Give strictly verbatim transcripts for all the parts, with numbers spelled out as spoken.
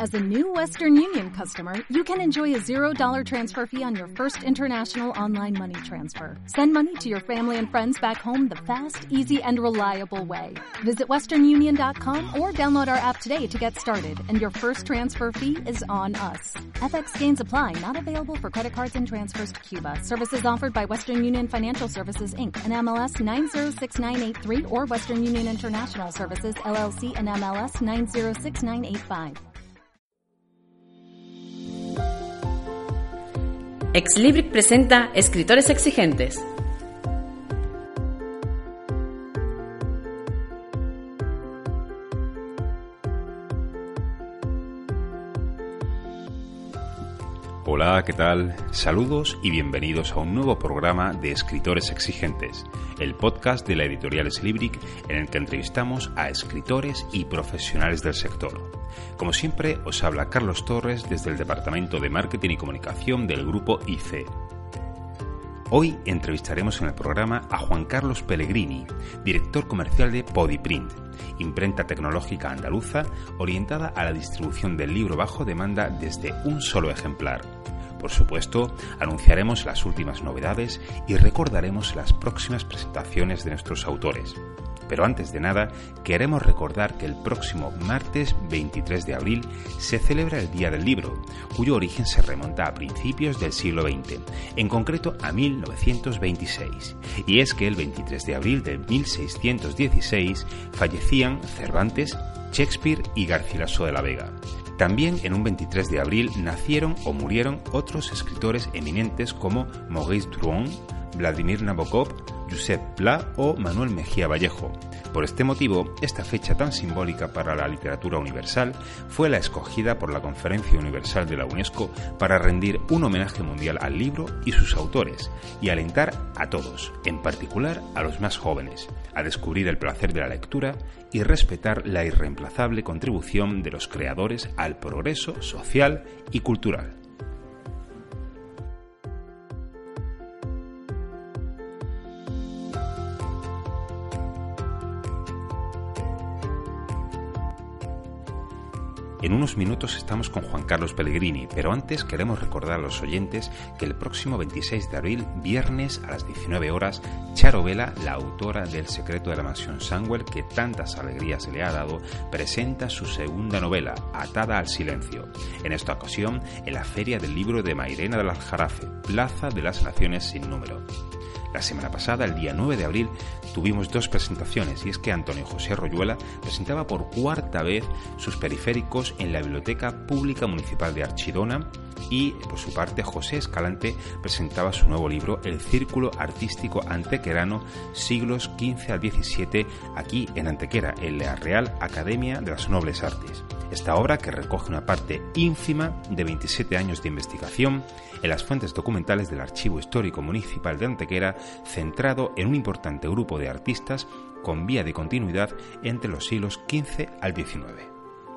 As a new Western Union customer, you can enjoy a zero dollar transfer fee on your first international online money transfer. Send money to your family and friends back home the fast, easy, and reliable way. Visit western union dot com or download our app today to get started, and your first transfer fee is on us. F X gains apply, not available for credit cards and transfers to Cuba. Services offered by Western Union Financial Services, Incorporated, and M L S nine zero six nine eight three or Western Union International Services, L L C, and M L S nine zero six nine eight five. Exlibric presenta Escritores Exigentes. Hola, ¿qué tal? Saludos y bienvenidos a un nuevo programa de Escritores Exigentes, el podcast de la editorial Exlibric en el que entrevistamos a escritores y profesionales del sector. Como siempre, os habla Carlos Torres desde el Departamento de Marketing y Comunicación del Grupo I C E. Hoy entrevistaremos en el programa a Juan Carlos Pellegrini, director comercial de Podiprint, imprenta tecnológica andaluza orientada a la distribución del libro bajo demanda desde un solo ejemplar. Por supuesto, anunciaremos las últimas novedades y recordaremos las próximas presentaciones de nuestros autores. Pero antes de nada, queremos recordar que el próximo martes veintitrés de abril se celebra el Día del Libro, cuyo origen se remonta a principios del siglo veinte, en concreto a mil novecientos veintiséis. Y es que el veintitrés de abril de mil seiscientos dieciséis fallecían Cervantes, Shakespeare y Garcilaso de la Vega. También en un veintitrés de abril nacieron o murieron otros escritores eminentes como Maurice Druon, Vladimir Nabokov, Josep Pla o Manuel Mejía Vallejo. Por este motivo, esta fecha tan simbólica para la literatura universal fue la escogida por la Conferencia Universal de la UNESCO para rendir un homenaje mundial al libro y sus autores y alentar a todos, en particular a los más jóvenes, a descubrir el placer de la lectura y respetar la irreemplazable contribución de los creadores al progreso social y cultural. En unos minutos estamos con Juan Carlos Pellegrini, pero antes queremos recordar a los oyentes que el próximo veintiséis de abril, viernes a las diecinueve horas, Charo Vela, la autora del Secreto de la Mansión Sangwell, que tantas alegrías le ha dado, presenta su segunda novela, Atada al Silencio. En esta ocasión, en la Feria del Libro de Mairena del Aljarafe, Plaza de las Naciones sin número. La semana pasada, el día nueve de abril, tuvimos dos presentaciones y es que Antonio José Royuela presentaba por cuarta vez sus periféricos en la Biblioteca Pública Municipal de Archidona y, por su parte, José Escalante presentaba su nuevo libro El Círculo Artístico Antequerano, siglos quince al diecisiete, aquí en Antequera, en la Real Academia de las Nobles Artes. Esta obra, que recoge una parte ínfima de veintisiete años de investigación en las fuentes documentales del Archivo Histórico Municipal de Antequera, centrado en un importante grupo de artistas con vía de continuidad entre los siglos quince al diecinueve.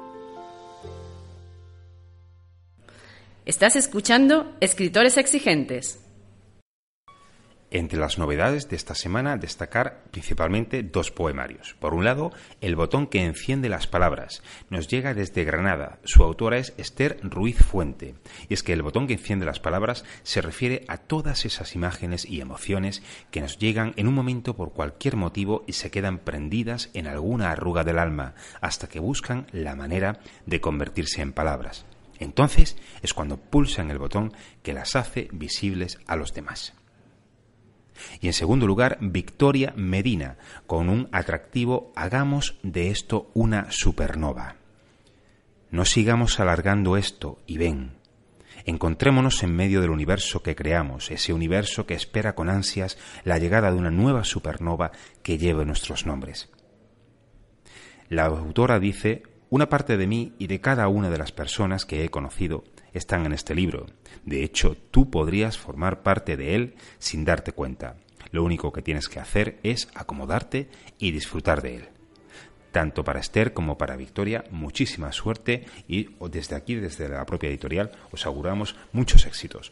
Estás escuchando Escritores Exigentes. Entre las novedades de esta semana, destacar principalmente dos poemarios. Por un lado, El botón que enciende las palabras. Nos llega desde Granada. Su autora es Esther Ruiz Fuente. Y es que El botón que enciende las palabras se refiere a todas esas imágenes y emociones que nos llegan en un momento por cualquier motivo y se quedan prendidas en alguna arruga del alma, hasta que buscan la manera de convertirse en palabras. Entonces es cuando pulsan el botón que las hace visibles a los demás. Y en segundo lugar, Victoria Medina, con un atractivo Hagamos de esto una supernova. No sigamos alargando esto y ven. Encontrémonos en medio del universo que creamos, ese universo que espera con ansias la llegada de una nueva supernova que lleve nuestros nombres. La autora dice: una parte de mí y de cada una de las personas que he conocido están en este libro. De hecho, tú podrías formar parte de él sin darte cuenta. Lo único que tienes que hacer es acomodarte y disfrutar de él. Tanto para Esther como para Victoria, muchísima suerte y desde aquí, desde la propia editorial, os auguramos muchos éxitos.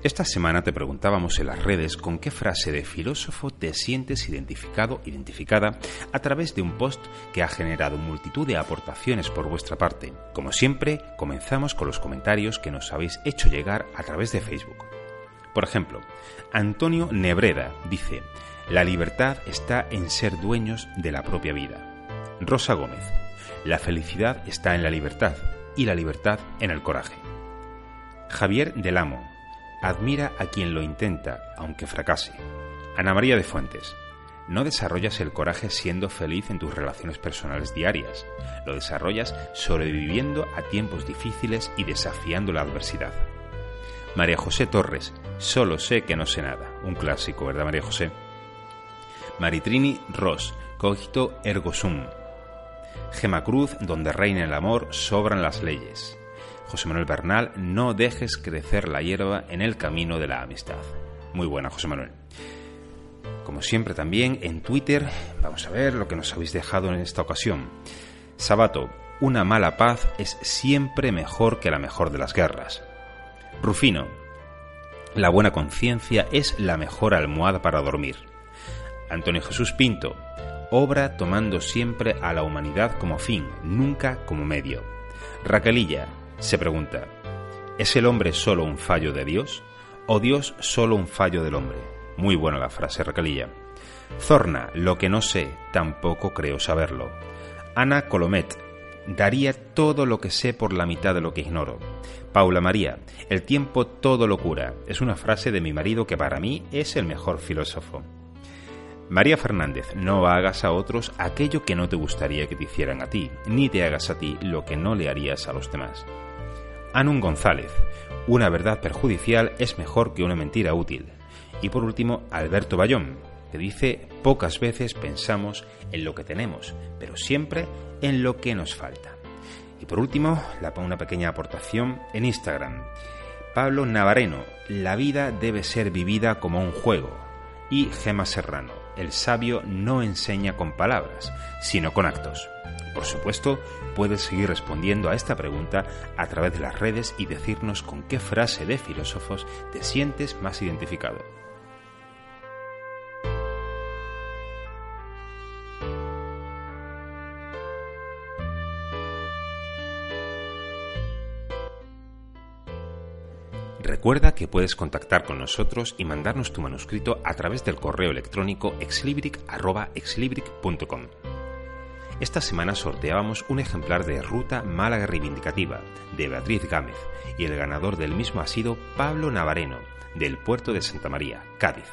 Esta semana te preguntábamos en las redes con qué frase de filósofo te sientes identificado, identificada, a través de un post que ha generado multitud de aportaciones por vuestra parte. Como siempre, comenzamos con los comentarios que nos habéis hecho llegar a través de Facebook. Por ejemplo, Antonio Nebreda dice: la libertad está en ser dueños de la propia vida. Rosa Gómez: la felicidad está en la libertad y la libertad en el coraje. Javier del Amo: admira a quien lo intenta, aunque fracase. Ana María de Fuentes: no desarrollas el coraje siendo feliz en tus relaciones personales diarias, lo desarrollas sobreviviendo a tiempos difíciles y desafiando la adversidad. María José Torres: solo sé que no sé nada. Un clásico, ¿verdad, María José? Maritrini Ross: cogito ergo sum. Gema Cruz: donde reina el amor, sobran las leyes. José Manuel Bernal: no dejes crecer la hierba en el camino de la amistad. Muy buena, José Manuel. Como siempre también en Twitter, vamos a ver lo que nos habéis dejado en esta ocasión. Sabato: una mala paz es siempre mejor que la mejor de las guerras. Rufino: la buena conciencia es la mejor almohada para dormir. Antonio Jesús Pinto: obra tomando siempre a la humanidad como fin, nunca como medio. Raquelilla se pregunta: ¿es el hombre solo un fallo de Dios o Dios solo un fallo del hombre? Muy buena la frase, Raquelilla. Zorna: lo que no sé, tampoco creo saberlo. Ana Colomet: daría todo lo que sé por la mitad de lo que ignoro. Paula María: el tiempo todo lo cura. Es una frase de mi marido que para mí es el mejor filósofo. María Fernández: no hagas a otros aquello que no te gustaría que te hicieran a ti, ni te hagas a ti lo que no le harías a los demás. Anun González: una verdad perjudicial es mejor que una mentira útil. Y por último, Alberto Bayón, que dice: pocas veces pensamos en lo que tenemos, pero siempre en lo que nos falta. Y por último, una pequeña aportación en Instagram. Pablo Navareno: la vida debe ser vivida como un juego. Y Gema Serrano: el sabio no enseña con palabras, sino con actos. Por supuesto, puedes seguir respondiendo a esta pregunta a través de las redes y decirnos con qué frase de filósofos te sientes más identificado. Recuerda que puedes contactar con nosotros y mandarnos tu manuscrito a través del correo electrónico exlibric arroba exlibric punto com. Esta semana sorteábamos un ejemplar de Ruta Málaga Reivindicativa de Beatriz Gámez y el ganador del mismo ha sido Pablo Navareno, del puerto de Santa María, Cádiz.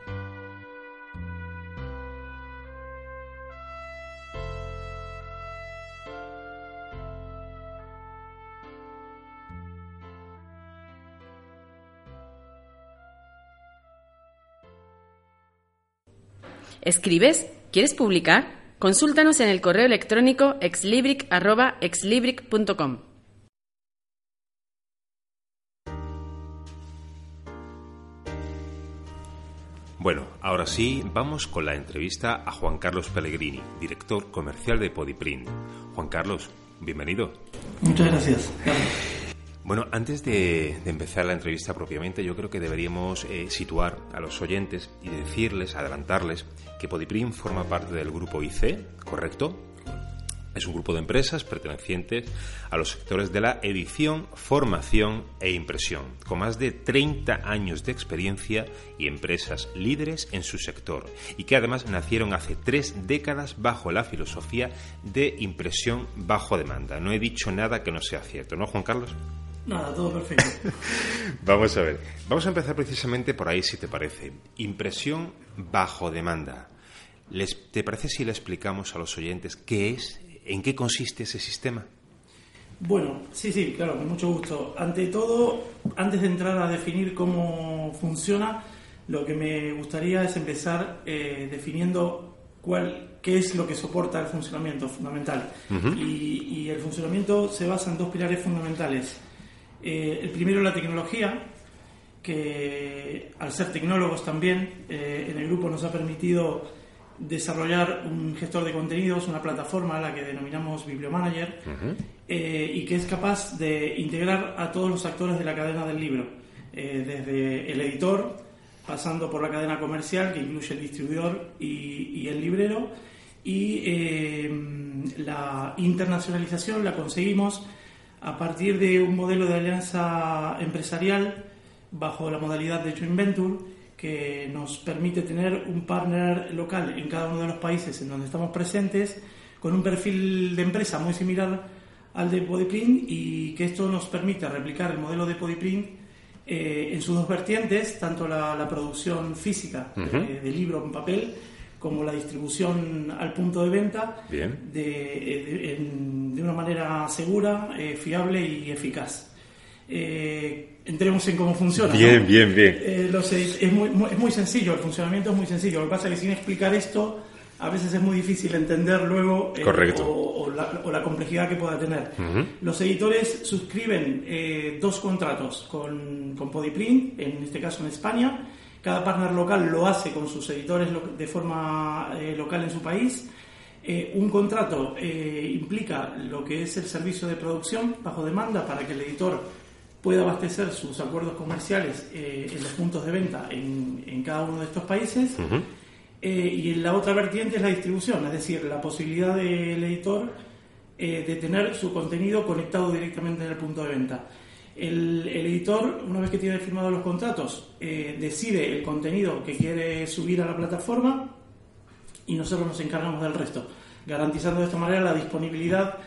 ¿Escribes? ¿Quieres publicar? Consúltanos en el correo electrónico exlibric arroba exlibric punto com. Bueno, ahora sí, vamos con la entrevista a Juan Carlos Pellegrini, director comercial de Podiprint. Juan Carlos, bienvenido. Muchas gracias. Bueno, antes de, de empezar la entrevista propiamente, yo creo que deberíamos eh, situar a los oyentes y decirles, adelantarles, que Podiprint forma parte del grupo I C, ¿correcto? Es un grupo de empresas pertenecientes a los sectores de la edición, formación e impresión, con más de treinta años de experiencia y empresas líderes en su sector, y que además nacieron hace tres décadas bajo la filosofía de impresión bajo demanda. No he dicho nada que no sea cierto, ¿no, Juan Carlos? Nada, todo perfecto. Vamos a ver, vamos a empezar precisamente por ahí, si te parece. Impresión bajo demanda. ¿Les, ¿Te parece si le explicamos a los oyentes qué es, en qué consiste ese sistema? Bueno, sí, sí, claro, con mucho gusto. Ante todo, antes de entrar a definir cómo funciona, lo que me gustaría es empezar eh, definiendo cuál, qué es lo que soporta el funcionamiento fundamental. Uh-huh. Y, y el funcionamiento se basa en dos pilares fundamentales. Eh, el primero, la tecnología, que al ser tecnólogos también, eh, en el grupo nos ha permitido desarrollar un gestor de contenidos, una plataforma a la que denominamos Bibliomanager, uh-huh. eh, y que es capaz de integrar a todos los actores de la cadena del libro. eh, desde el editor, pasando por la cadena comercial, que incluye el distribuidor y, y el librero, y eh, la internacionalización la conseguimos a partir de un modelo de alianza empresarial bajo la modalidad de joint venture, que nos permite tener un partner local en cada uno de los países en donde estamos presentes, con un perfil de empresa muy similar al de Podiprint, y que esto nos permite replicar el modelo de Podiprint eh, en sus dos vertientes, tanto la, la producción física uh-huh. de, de libro en papel, como la distribución al punto de venta. Bien. De, de, en, de una manera segura, eh, fiable y eficaz. Eh, entremos en cómo funciona. Bien, ¿no? bien, bien. Eh, los, es, muy, muy, es muy sencillo, el funcionamiento es muy sencillo. Lo que pasa es que sin explicar esto, a veces es muy difícil entender luego eh, o, o, la, o la complejidad que pueda tener. Uh-huh. Los editores suscriben eh, dos contratos con, con Podiprint, en este caso en España. Cada partner local lo hace con sus editores lo, de forma eh, local en su país. Eh, un contrato eh, implica lo que es el servicio de producción bajo demanda para que el editor puede abastecer sus acuerdos comerciales eh, en los puntos de venta en, en cada uno de estos países. Uh-huh. eh, y en la otra vertiente es la distribución, es decir, la posibilidad del editor eh, de tener su contenido conectado directamente en el punto de venta. El, el editor, una vez que tiene firmados los contratos, eh, decide el contenido que quiere subir a la plataforma y nosotros nos encargamos del resto, garantizando de esta manera la disponibilidad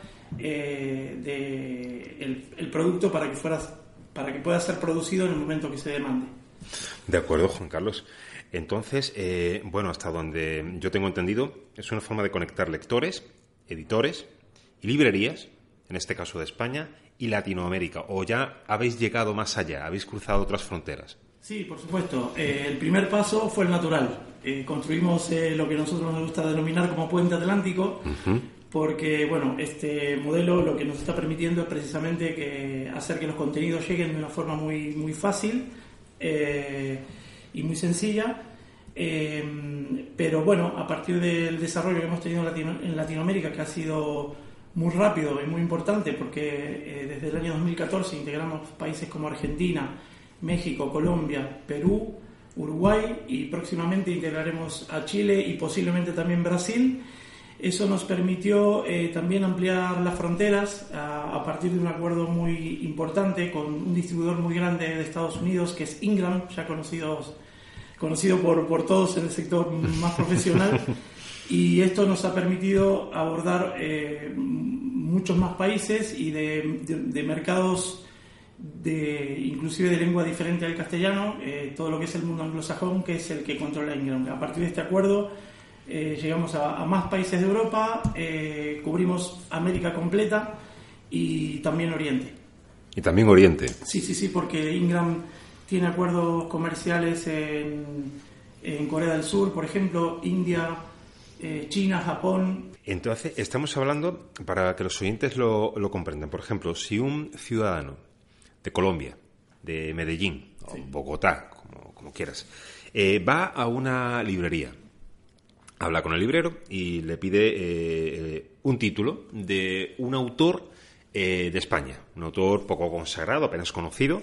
eh, de el, el producto para que fuera para que pueda ser producido en el momento que se demande. De acuerdo, Juan Carlos. Entonces, eh, bueno, hasta donde yo tengo entendido, es una forma de conectar lectores, editores y librerías, en este caso de España, y Latinoamérica. ¿O ya habéis llegado más allá? ¿Habéis cruzado otras fronteras? Sí, por supuesto. Eh, el primer paso fue el natural. Eh, construimos eh, lo que a nosotros nos gusta denominar como puente atlántico, uh-huh. porque bueno, este modelo lo que nos está permitiendo es precisamente que hacer que los contenidos lleguen de una forma muy, muy fácil eh, y muy sencilla. Eh, pero bueno, a partir del desarrollo que hemos tenido en, Latino, en Latinoamérica, que ha sido muy rápido y muy importante, porque eh, desde el año dos mil catorce integramos países como Argentina, México, Colombia, Perú, Uruguay, y próximamente integraremos a Chile y posiblemente también Brasil. Eso nos permitió eh, también ampliar las fronteras a, a partir de un acuerdo muy importante con un distribuidor muy grande de Estados Unidos, que es Ingram, ya conocidos, conocido por, por todos en el sector más profesional. Y esto nos ha permitido abordar eh, muchos más países y de, de, de mercados de inclusive de lengua diferente al castellano, eh, todo lo que es el mundo anglosajón, que es el que controla Ingram. A partir de este acuerdo eh, llegamos a, a más países de Europa, eh, cubrimos América completa y también Oriente. Y también Oriente. Sí, sí, sí, porque Ingram tiene acuerdos comerciales en, en Corea del Sur, por ejemplo, India, eh, China, Japón. Entonces, estamos hablando, para que los oyentes lo, lo comprendan, por ejemplo, si un ciudadano de Colombia, de Medellín, o sí. Bogotá, como, como quieras, eh, va a una librería, habla con el librero y le pide eh, un título de un autor eh, de España, un autor poco consagrado, apenas conocido.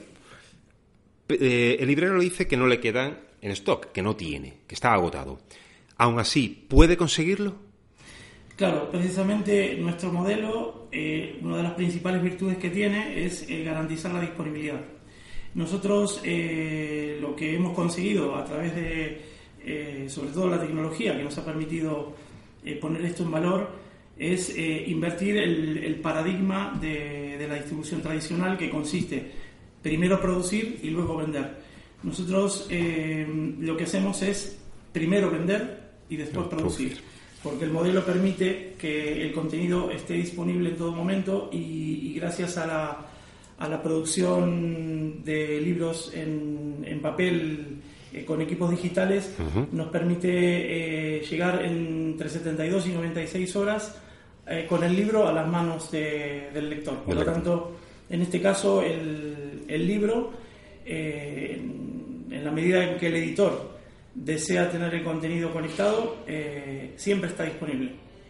Eh, el librero le dice que no le quedan en stock, que no tiene, que está agotado. Aún así, ¿puede conseguirlo? Claro, precisamente nuestro modelo, eh, una de las principales virtudes que tiene es eh, garantizar la disponibilidad. Nosotros eh, lo que hemos conseguido a través de, eh, sobre todo la tecnología que nos ha permitido eh, poner esto en valor, es eh, invertir el, el paradigma de, de la distribución tradicional, que consiste primero producir y luego vender. Nosotros eh, lo que hacemos es primero vender y después producir, porque el modelo permite que el contenido esté disponible en todo momento y, y gracias a la, a la producción de libros en, en papel eh, con equipos digitales, uh-huh. nos permite eh, llegar entre setenta y dos y noventa y seis horas eh, con el libro a las manos de, del lector. Por lo tanto, en este caso, el, el libro, eh, en, en la medida en que el editor desea tener el contenido conectado, eh, siempre está disponible.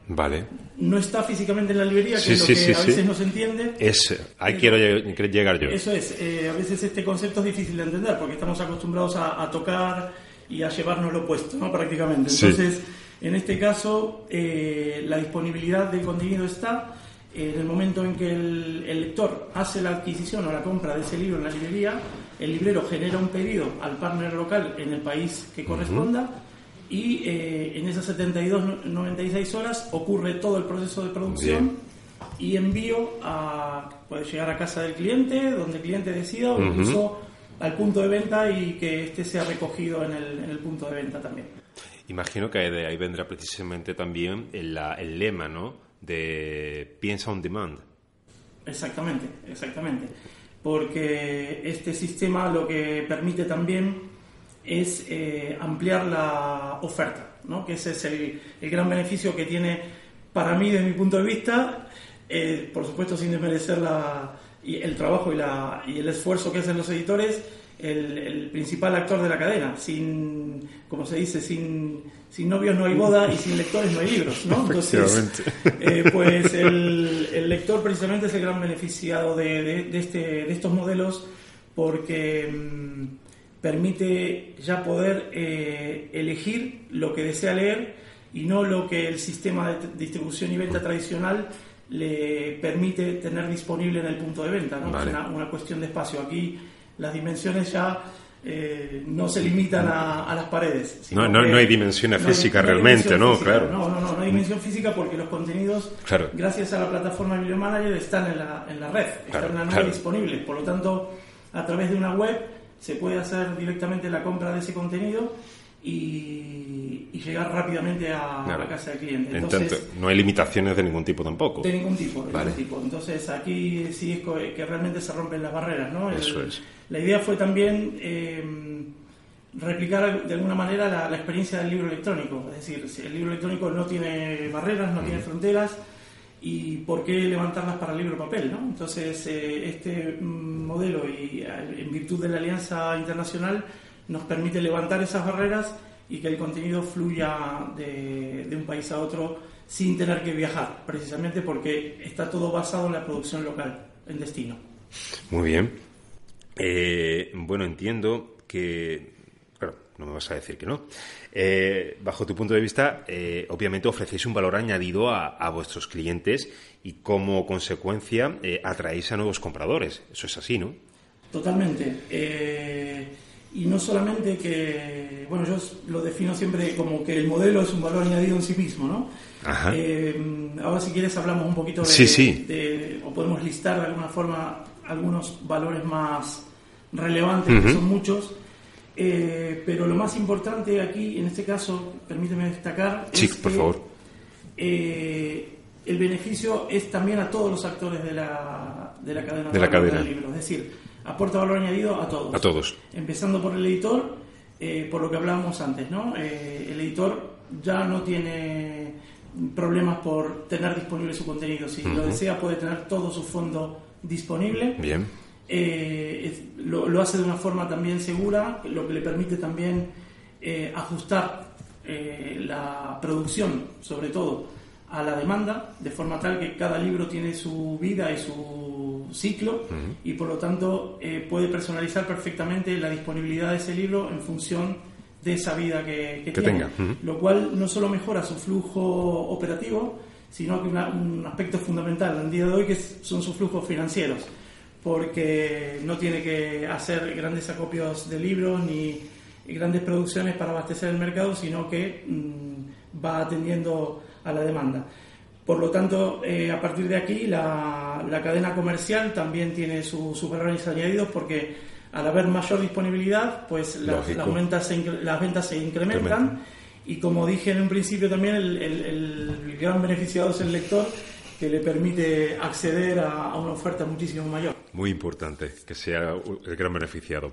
Vale. No está físicamente en la librería, que sí, es lo sí, que sí, a veces sí. no se entiende. Es, ahí Eh, quiero llegar yo. Eso es. Eh, a veces este concepto es difícil de entender porque estamos acostumbrados a, a tocar y a llevarnos lo puesto, ¿no? Prácticamente. Entonces, sí. En este caso, eh, la disponibilidad del contenido está. En el momento en que el, el lector hace la adquisición o la compra de ese libro en la librería, el librero genera un pedido al partner local en el país que corresponda. Uh-huh. Y eh, en esas setenta y dos, noventa y seis horas ocurre todo el proceso de producción. Bien. Y envío a, puede llegar a casa del cliente, donde el cliente decida, o uh-huh. incluso al punto de venta y que este sea recogido en el, en el punto de venta también. Imagino que de ahí vendrá precisamente también el, el lema, ¿no?, de piensa on demand. Exactamente, exactamente. Porque este sistema lo que permite también es eh, ampliar la oferta, ¿no? Que ese es el, el gran beneficio que tiene para mí, desde mi punto de vista, eh, por supuesto sin desmerecer la, y el trabajo y, la, y el esfuerzo que hacen los editores, el, el principal actor de la cadena. Sin, como se dice, sin, sin novios no hay boda y sin lectores no hay libros, ¿no? Entonces, eh, pues el, el lector precisamente es el gran beneficiado de, de, de, este, de estos modelos porque mmm, permite ya poder eh, elegir lo que desea leer y no lo que el sistema de distribución y venta tradicional le permite tener disponible en el punto de venta, ¿no? Vale. Es una, una cuestión de espacio. Aquí las dimensiones ya eh, no se limitan a, a las paredes. No, no, no hay dimensión física no hay, realmente, ¿no? Física, claro. No, no, no, no hay dimensión física porque los contenidos, claro. gracias a la plataforma Bibliomanager, están en la, en la red, están claro, en la nube claro. disponibles. Por lo tanto, a través de una web se puede hacer directamente la compra de ese contenido y, y llegar rápidamente a, claro. a la casa del cliente. Entonces, Entonces, no hay limitaciones de ningún tipo tampoco. De ningún tipo, de vale. ningún tipo. Entonces, aquí sí es que realmente se rompen las barreras, ¿no? Eso El, es. La idea fue también eh, replicar de alguna manera la, la experiencia del libro electrónico. Es decir, si el libro electrónico no tiene barreras, no mm. tiene fronteras, ¿y por qué levantarlas para el libro papel, ¿no? Entonces, eh, este modelo, y en virtud de la Alianza Internacional, nos permite levantar esas barreras y que el contenido fluya de, de un país a otro sin tener que viajar, precisamente porque está todo basado en la producción local, en destino. Muy bien. Eh, bueno, entiendo que... Claro, no me vas a decir que no. Eh, bajo tu punto de vista, eh, obviamente ofrecéis un valor añadido a, a vuestros clientes y como consecuencia eh, atraéis a nuevos compradores. Eso es así, ¿no? Totalmente. Eh... Y no solamente que, bueno, yo lo defino siempre como que el modelo es un valor añadido en sí mismo, ¿no? Ajá. Eh, ahora, si quieres, hablamos un poquito de, sí, sí. de, o podemos listar de alguna forma algunos valores más relevantes, uh-huh. que son muchos, eh, pero lo más importante aquí, en este caso, permíteme destacar, sí, es por que favor. Eh, el beneficio es también a todos los actores de la, de la cadena de la cadena del libro, es decir, aporta valor añadido a todos. A todos. Empezando por el editor, eh, por lo que hablábamos antes, ¿no? Eh, el editor ya no tiene problemas por tener disponible su contenido. Si uh-huh. lo desea, puede tener todo su fondo disponible. Bien. Eh, es, lo, lo hace de una forma también segura, lo que le permite también eh, ajustar eh, la producción, sobre todo, a la demanda, de forma tal que cada libro tiene su vida y su ciclo, uh-huh. y por lo tanto eh, puede personalizar perfectamente la disponibilidad de ese libro en función de esa vida que, que, que tiene, tenga. Uh-huh. Lo cual no solo mejora su flujo operativo, sino que una, un aspecto fundamental en el día de hoy, que son sus flujos financieros, porque no tiene que hacer grandes acopios de libros ni grandes producciones para abastecer el mercado, sino que mmm, va atendiendo a la demanda. Por lo tanto, eh, a partir de aquí, la, la cadena comercial también tiene su, sus valores añadidos, porque al haber mayor disponibilidad, pues las, las, ventas se, las ventas se incrementan. Tremendo. Y como dije en un principio también, el, el, el gran beneficiado es el lector, que le permite acceder a, a una oferta muchísimo mayor. Muy importante que sea el gran beneficiado.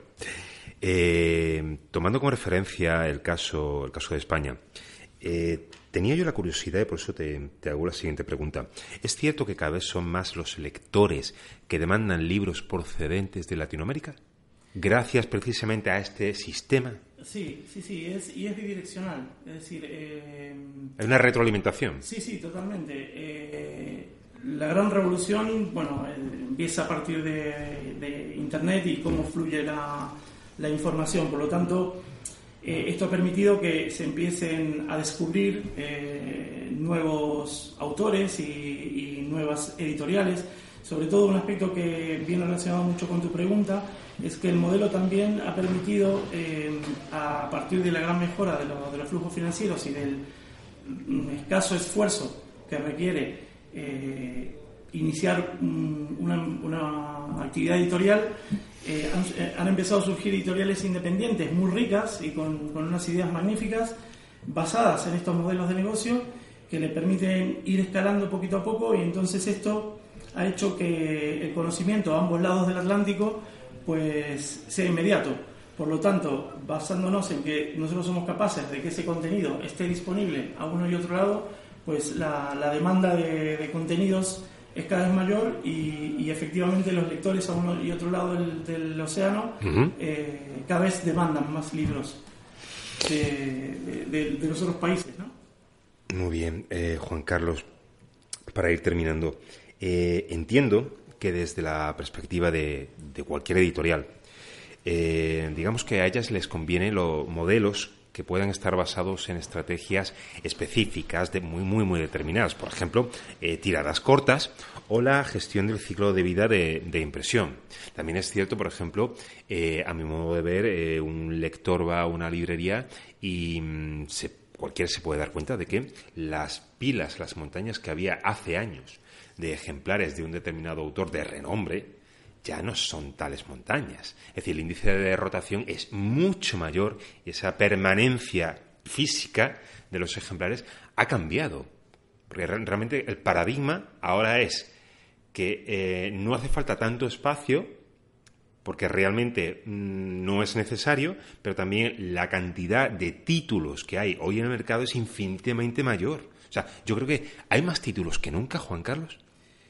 Eh, tomando como referencia el caso, el caso de España, eh, tenía yo la curiosidad y por eso te, te hago la siguiente pregunta. ¿Es cierto que cada vez son más los lectores que demandan libros procedentes de Latinoamérica? gracias precisamente a este sistema. Sí, sí, sí, es, y es bidireccional. Es decir... Eh, es una retroalimentación. Sí, sí, totalmente. Eh, la gran revolución, bueno, eh, empieza a partir de, de Internet y cómo fluye la, la información. Por lo tanto, eh, esto ha permitido que se empiecen a descubrir eh, nuevos autores y, y nuevas editoriales. Sobre todo un aspecto que viene relacionado mucho con tu pregunta es que el modelo también ha permitido, eh, a partir de la gran mejora de, lo, de los flujos financieros y del escaso esfuerzo que requiere eh, iniciar un, una, una actividad editorial, eh, han, eh, han empezado a surgir editoriales independientes muy ricas y con, con unas ideas magníficas basadas en estos modelos de negocio que le permiten ir escalando poquito a poco, y entonces esto ha hecho que el conocimiento a ambos lados del Atlántico pues sea inmediato. Por lo tanto, basándonos en que nosotros somos capaces de que ese contenido esté disponible a uno y otro lado, pues la, la demanda de, de contenidos es cada vez mayor y, y efectivamente los lectores a uno y otro lado del, del océano uh-huh. eh, cada vez demandan más libros de, de, de los otros países, ¿no? Muy bien, eh, Juan Carlos, para ir terminando, eh, entiendo que desde la perspectiva de, de cualquier editorial, eh, digamos que a ellas les conviene los modelos que puedan estar basados en estrategias específicas de muy, muy, muy determinadas. Por ejemplo, eh, tiradas cortas o la gestión del ciclo de vida de, de impresión. También es cierto, por ejemplo, eh, a mi modo de ver, eh, un lector va a una librería y mmm, se, cualquiera se puede dar cuenta de que las pilas, las montañas que había hace años de ejemplares de un determinado autor de renombre, ya no son tales montañas. Es decir, el índice de rotación es mucho mayor y esa permanencia física de los ejemplares ha cambiado. Porque realmente el paradigma ahora es que eh, no hace falta tanto espacio, porque realmente mmm, no es necesario, pero también la cantidad de títulos que hay hoy en el mercado es infinitamente mayor. O sea, yo creo que hay más títulos que nunca, Juan Carlos.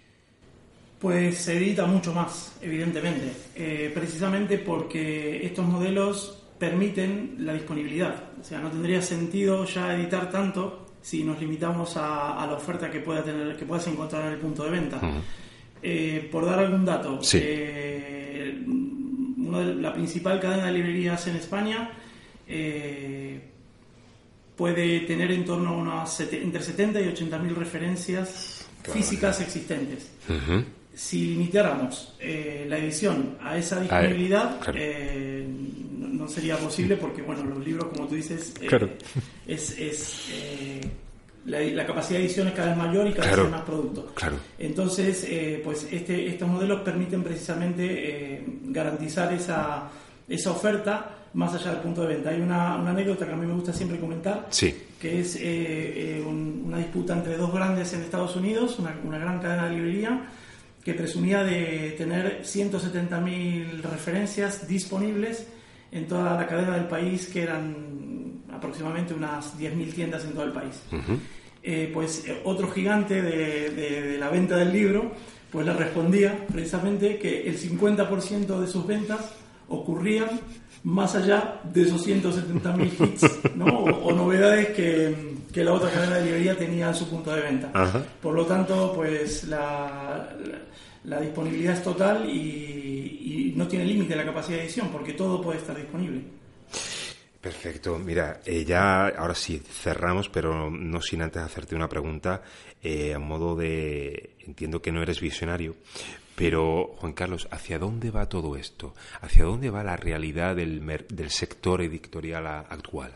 Pues se edita mucho más, evidentemente, eh, precisamente porque estos modelos permiten la disponibilidad. O sea, no tendría sentido ya editar tanto si nos limitamos a, a la oferta que pueda tener, que puedas encontrar en el punto de venta. Uh-huh. Eh, por dar algún dato, sí. eh, una de, la principal cadena de librerías en España eh, puede tener en torno a unas sete, entre setenta y ochenta mil referencias claro, físicas existentes. Uh-huh. Si limitáramos eh, la edición a esa disponibilidad, claro. eh, no, no sería posible porque, bueno, los libros, como tú dices, eh, claro. es, es eh, la, la capacidad de edición es cada vez mayor y cada claro. vez hay más producto. Claro. Entonces, eh, pues este, estos modelos permiten precisamente eh, garantizar esa, esa oferta más allá del punto de venta. Hay una, una anécdota que a mí me gusta siempre comentar, sí. que es eh, eh, un, una disputa entre dos grandes en Estados Unidos, una, una gran cadena de librería, que presumía de tener ciento setenta mil referencias disponibles en toda la cadena del país, que eran aproximadamente unas diez mil tiendas en todo el país. Uh-huh. Eh, pues eh, otro gigante de, de, de la venta del libro pues le respondía precisamente que el cincuenta por ciento de sus ventas ocurrían más allá de esos ciento setenta mil hits, ¿no? o, o novedades que, que la otra cadena de librería tenía en su punto de venta. Uh-huh. Por lo tanto, pues la, la, la disponibilidad es total y, y no tiene límite la capacidad de edición, porque todo puede estar disponible. Perfecto. Mira, eh, ya ahora sí cerramos, pero no sin antes hacerte una pregunta eh, a modo de... Entiendo que no eres visionario, pero, Juan Carlos, ¿hacia dónde va todo esto? ¿Hacia dónde va la realidad del, del sector editorial actual?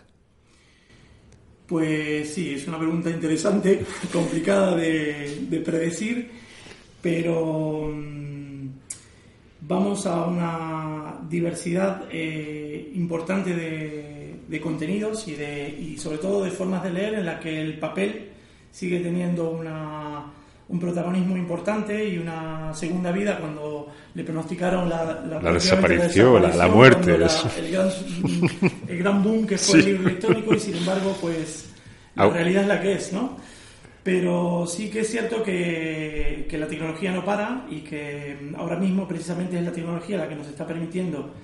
Pues sí, es una pregunta interesante, complicada de, de predecir, pero mmm, vamos a una diversidad eh, importante de, de contenidos y, de, y sobre todo de formas de leer en la que el papel sigue teniendo una... un protagonismo importante y una segunda vida cuando le pronosticaron la, la, la desaparición, la, la muerte. La, el, gran, el gran boom que fue sí. el libro electrónico, y sin embargo, pues la Au. realidad es la que es, ¿no? Pero sí que es cierto que, que la tecnología no para y que ahora mismo precisamente es la tecnología la que nos está permitiendo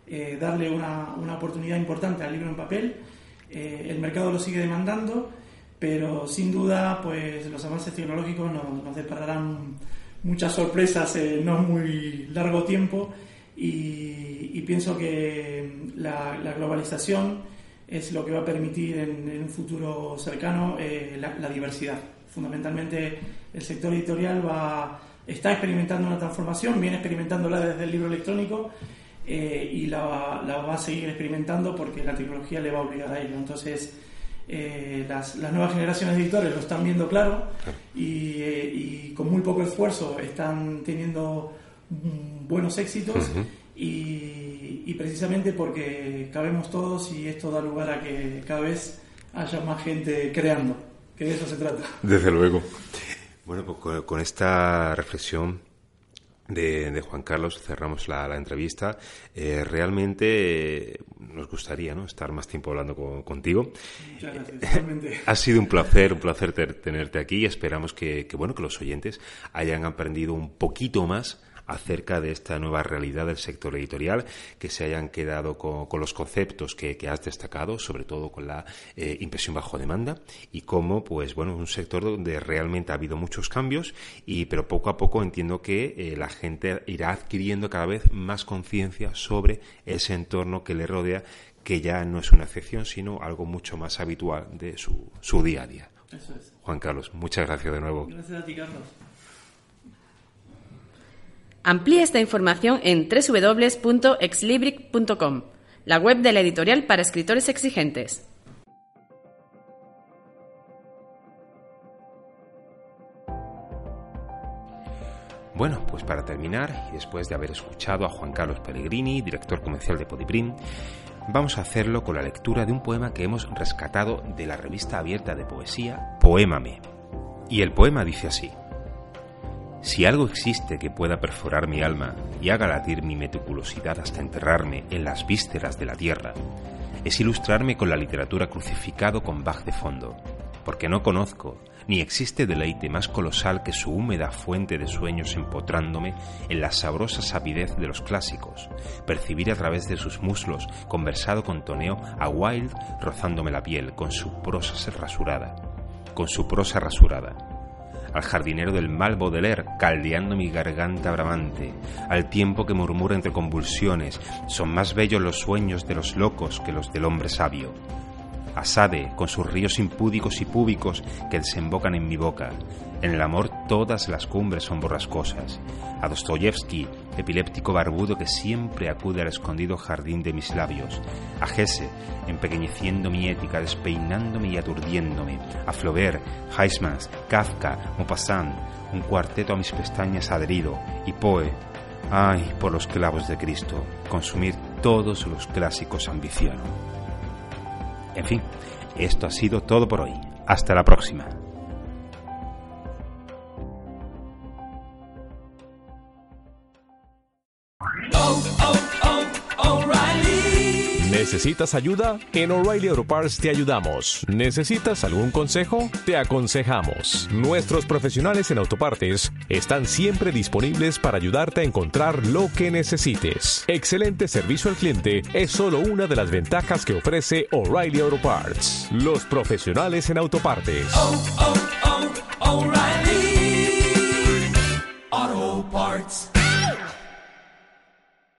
eh, darle una, una oportunidad importante al libro en papel. Eh, el mercado lo sigue demandando, pero sin duda pues los avances tecnológicos nos, nos depararán muchas sorpresas en no muy largo tiempo, y, y pienso que la, la globalización es lo que va a permitir en, en un futuro cercano eh, la, la diversidad. Fundamentalmente el sector editorial va, está experimentando una transformación, viene experimentándola desde el libro electrónico eh, y la, la va a seguir experimentando porque la tecnología le va a obligar a ello. Entonces eh, las, las nuevas generaciones de editores lo están viendo claro y, eh, y con muy poco esfuerzo están teniendo buenos éxitos. Uh-huh. y, y precisamente porque cabemos todos y esto da lugar a que cada vez haya más gente creando, que de eso se trata. Desde luego. Bueno, pues con, con esta reflexión de, de Juan Carlos cerramos la, la entrevista. Eh, realmente eh, nos gustaría, ¿no?, estar más tiempo hablando con, contigo. Muchas gracias, totalmente. Ha sido un placer, un placer ter, tenerte aquí, y esperamos que, que, bueno, que los oyentes hayan aprendido un poquito más acerca de esta nueva realidad del sector editorial, que se hayan quedado con, con los conceptos que, que has destacado, sobre todo con la eh, impresión bajo demanda, y cómo, pues bueno, un sector donde realmente ha habido muchos cambios, y pero poco a poco entiendo que eh, la gente irá adquiriendo cada vez más conciencia sobre ese entorno que le rodea, que ya no es una excepción, sino algo mucho más habitual de su, su día a día. Eso es. Juan Carlos, muchas gracias de nuevo. Gracias a ti, Carlos. Amplía esta información en doble u doble u doble u punto exlibric punto com, la web de la editorial para escritores exigentes. Bueno, pues para terminar, y después de haber escuchado a Juan Carlos Pellegrini, director comercial de Podiprim, vamos a hacerlo con la lectura de un poema que hemos rescatado de la revista abierta de poesía Poémame. Y el poema dice así: si algo existe que pueda perforar mi alma y haga latir mi meticulosidad hasta enterrarme en las vísceras de la tierra, es ilustrarme con la literatura crucificado con Bach de fondo, porque no conozco ni existe deleite más colosal que su húmeda fuente de sueños empotrándome en la sabrosa sapidez de los clásicos, percibir a través de sus muslos, conversado con toneo, a Wilde rozándome la piel con su prosa rasurada, con su prosa rasurada. Al jardinero del mal Baudelaire caldeando mi garganta bramante, al tiempo que murmura entre convulsiones: son más bellos los sueños de los locos que los del hombre sabio. A Sade, con sus ríos impúdicos y púbicos que desembocan en mi boca. En el amor todas las cumbres son borrascosas. A Dostoyevsky, epiléptico barbudo que siempre acude al escondido jardín de mis labios. A Hesse, empequeñeciendo mi ética, despeinándome y aturdiéndome. A Flaubert, Huysmans, Kafka, Maupassant, un cuarteto a mis pestañas adherido. Y Poe, ay, por los clavos de Cristo, consumir todos los clásicos ambiciono. En fin, esto ha sido todo por hoy. Hasta la próxima. ¿Necesitas ayuda? En O'Reilly Auto Parts te ayudamos. ¿Necesitas algún consejo? Te aconsejamos. Nuestros profesionales en autopartes están siempre disponibles para ayudarte a encontrar lo que necesites. Excelente servicio al cliente es solo una de las ventajas que ofrece O'Reilly Auto Parts. Los profesionales en autopartes. Oh, oh, oh, O'Reilly Auto Parts.